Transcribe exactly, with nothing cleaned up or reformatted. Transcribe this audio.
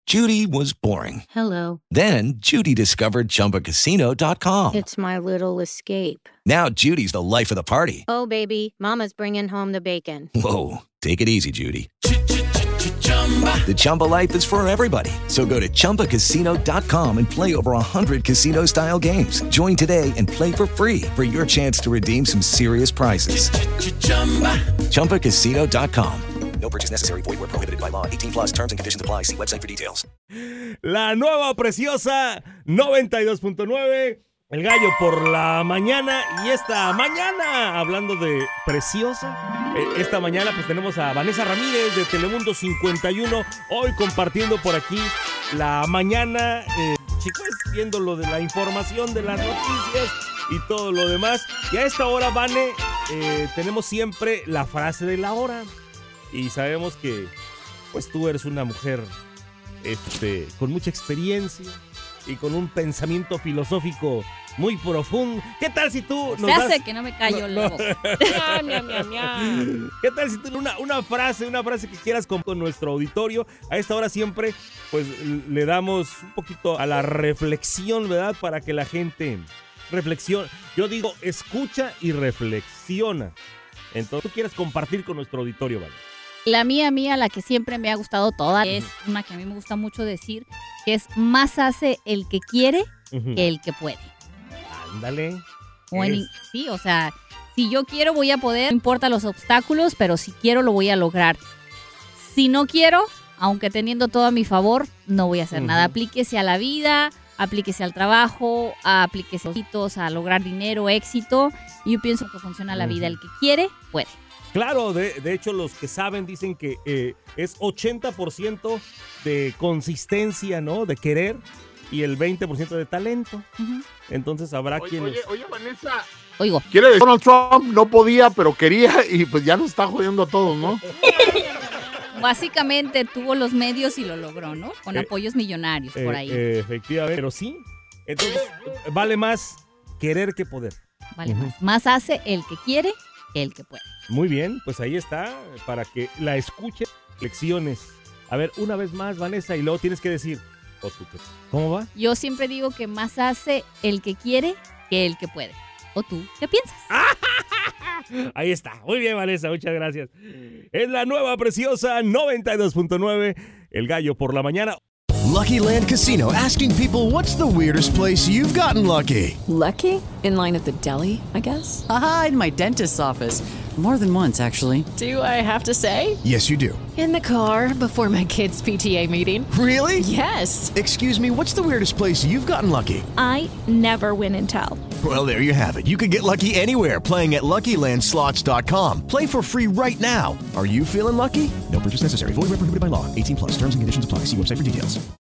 Judy was boring. Hello. Then Judy discovered Chumba Casino dot com. It's my little escape. Now Judy's the life of the party. Oh, baby, mama's bringing home the bacon. Whoa, take it easy, Judy. The Chumba life is for everybody. So go to Chumba Casino dot com and play over one hundred casino-style games. Join today and play for free for your chance to redeem some serious prizes. Chumba Casino dot com. No purchase necessary. Void where prohibited by law. eighteen plus terms and conditions apply. See website for details. La nueva preciosa noventa y dos punto nueve. El gallo por la mañana. Y esta mañana, hablando de preciosa, eh, esta mañana pues tenemos a Vanessa Ramírez de Telemundo cincuenta y uno. Hoy compartiendo por aquí la mañana. Eh, chicos, viendo lo de la información de las noticias y todo lo demás. Y a esta hora, Vane, eh, tenemos siempre la frase de la hora. Y sabemos que pues tú eres una mujer este, con mucha experiencia y con un pensamiento filosófico muy profundo. ¿Qué tal si tú nos Se hace das... que no me callo no, luego. no. ¿Qué tal si tú una, una frase, una frase que quieras con, con nuestro auditorio? A esta hora siempre pues le damos un poquito a la reflexión, ¿verdad? Para que la gente reflexione. Yo digo, escucha y reflexiona. Entonces tú quieres compartir con nuestro auditorio, ¿vale? La mía, mía, la que siempre me ha gustado toda, es una que a mí me gusta mucho decir, que es más hace el que quiere uh-huh. que el que puede. Ándale. O en, sí, o sea, si yo quiero voy a poder, no importa los obstáculos, pero si quiero lo voy a lograr. Si no quiero, aunque teniendo todo a mi favor, no voy a hacer uh-huh. nada. Aplíquese a la vida, aplíquese al trabajo, aplíquese a, a lograr dinero, éxito. Y yo pienso que funciona la vida. El que quiere, puede. Claro, de, de hecho los que saben dicen que eh, es ochenta por ciento de consistencia, ¿no? De querer y el veinte por ciento de talento. Uh-huh. Entonces habrá oye, quienes... Oye, oye, Vanessa. Oigo. Quiere decir, Donald Trump no podía, pero quería y pues ya nos está jodiendo a todos, ¿no? Básicamente tuvo los medios y lo logró, ¿no? Con eh, apoyos millonarios eh, por ahí. Eh, efectivamente, pero sí. Entonces vale más querer que poder. Vale uh-huh. más. Más hace el que quiere que el que puede. Muy bien, pues ahí está, para que la escuchen, lecciones. A ver, una vez más, Vanessa, y luego tienes que decir, oh, tú, ¿cómo va? Yo siempre digo que más hace el que quiere que el que puede. ¿O tú qué piensas? Ahí está, muy bien, Vanessa, muchas gracias. Es la nueva preciosa noventa y dos punto nueve, El Gallo por la Mañana. Lucky Land Casino, asking people, what's the weirdest place you've gotten lucky? Lucky? In line at the deli, I guess? Aha, in my dentist's office. More than once, actually. Do I have to say? Yes, you do. In the car before my kids' P T A meeting. Really? Yes. Excuse me, what's the weirdest place you've gotten lucky? I never win and tell. Well, there you have it. You can get lucky anywhere, playing at Lucky Land Slots dot com. Play for free right now. Are you feeling lucky? No purchase necessary. Void where prohibited by law. eighteen plus. Terms and conditions apply. See website for details.